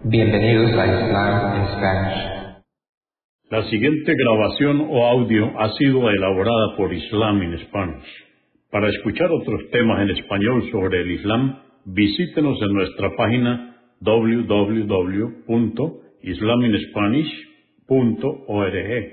Bienvenidos a Islam en Spanish. La siguiente grabación o audio ha sido elaborada por Islam in Spanish. Para escuchar otros temas en español sobre el Islam, visítenos en nuestra página www.islaminspanish.org.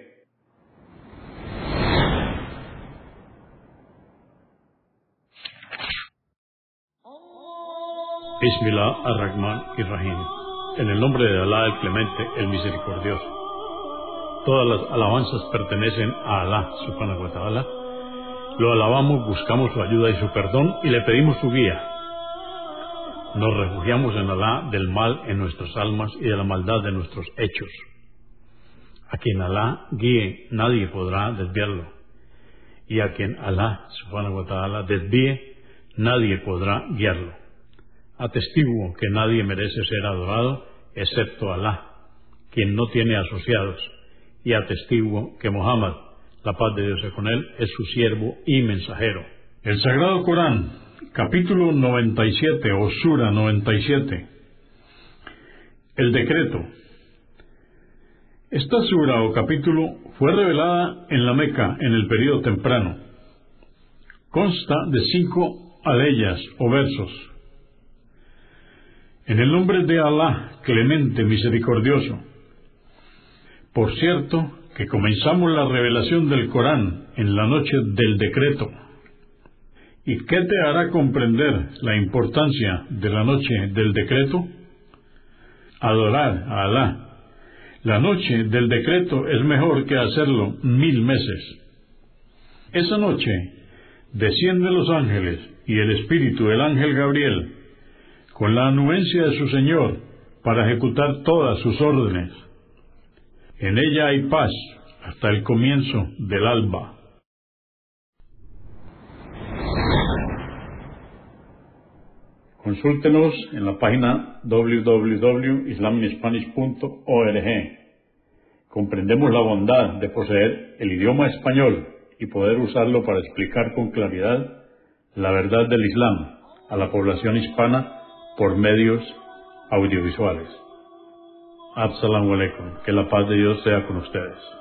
Bismillah ar-Rahman ir-Rahim. En el nombre de Alá el Clemente, el Misericordioso. Todas las alabanzas pertenecen a Alá, subhanahu wa ta'ala. Lo alabamos, buscamos su ayuda y su perdón y le pedimos su guía. Nos refugiamos en Alá del mal en nuestras almas y de la maldad de nuestros hechos. A quien Alá guíe, nadie podrá desviarlo. Y a quien Alá, subhanahu wa ta'ala, desvíe, nadie podrá guiarlo. Atestiguo que nadie merece ser adorado excepto Alá, quien no tiene asociados, y atestiguo que Muhammad, la paz de Dios sea con él, es su siervo y mensajero. El Sagrado Corán, capítulo 97 o Sura 97. El decreto. Esta sura o capítulo fue revelada en la Meca en el período temprano. Consta de 5 aleyas o versos. En el nombre de Alá, Clemente, Misericordioso. Por cierto, que comenzamos la revelación del Corán en la noche del decreto. ¿Y qué te hará comprender la importancia de la noche del decreto? Adorar a Alá. La noche del decreto es mejor que hacerlo 1000 meses. Esa noche descienden los ángeles y el espíritu del ángel Gabriel con la anuencia de su Señor, para ejecutar todas sus órdenes. En ella hay paz hasta el comienzo del alba. Consúltenos en la página www.islaminspanish.org. Comprendemos la bondad de poseer el idioma español y poder usarlo para explicar con claridad la verdad del Islam a la población hispana por medios audiovisuales. Assalamu alaikum. Que la paz de Dios sea con ustedes.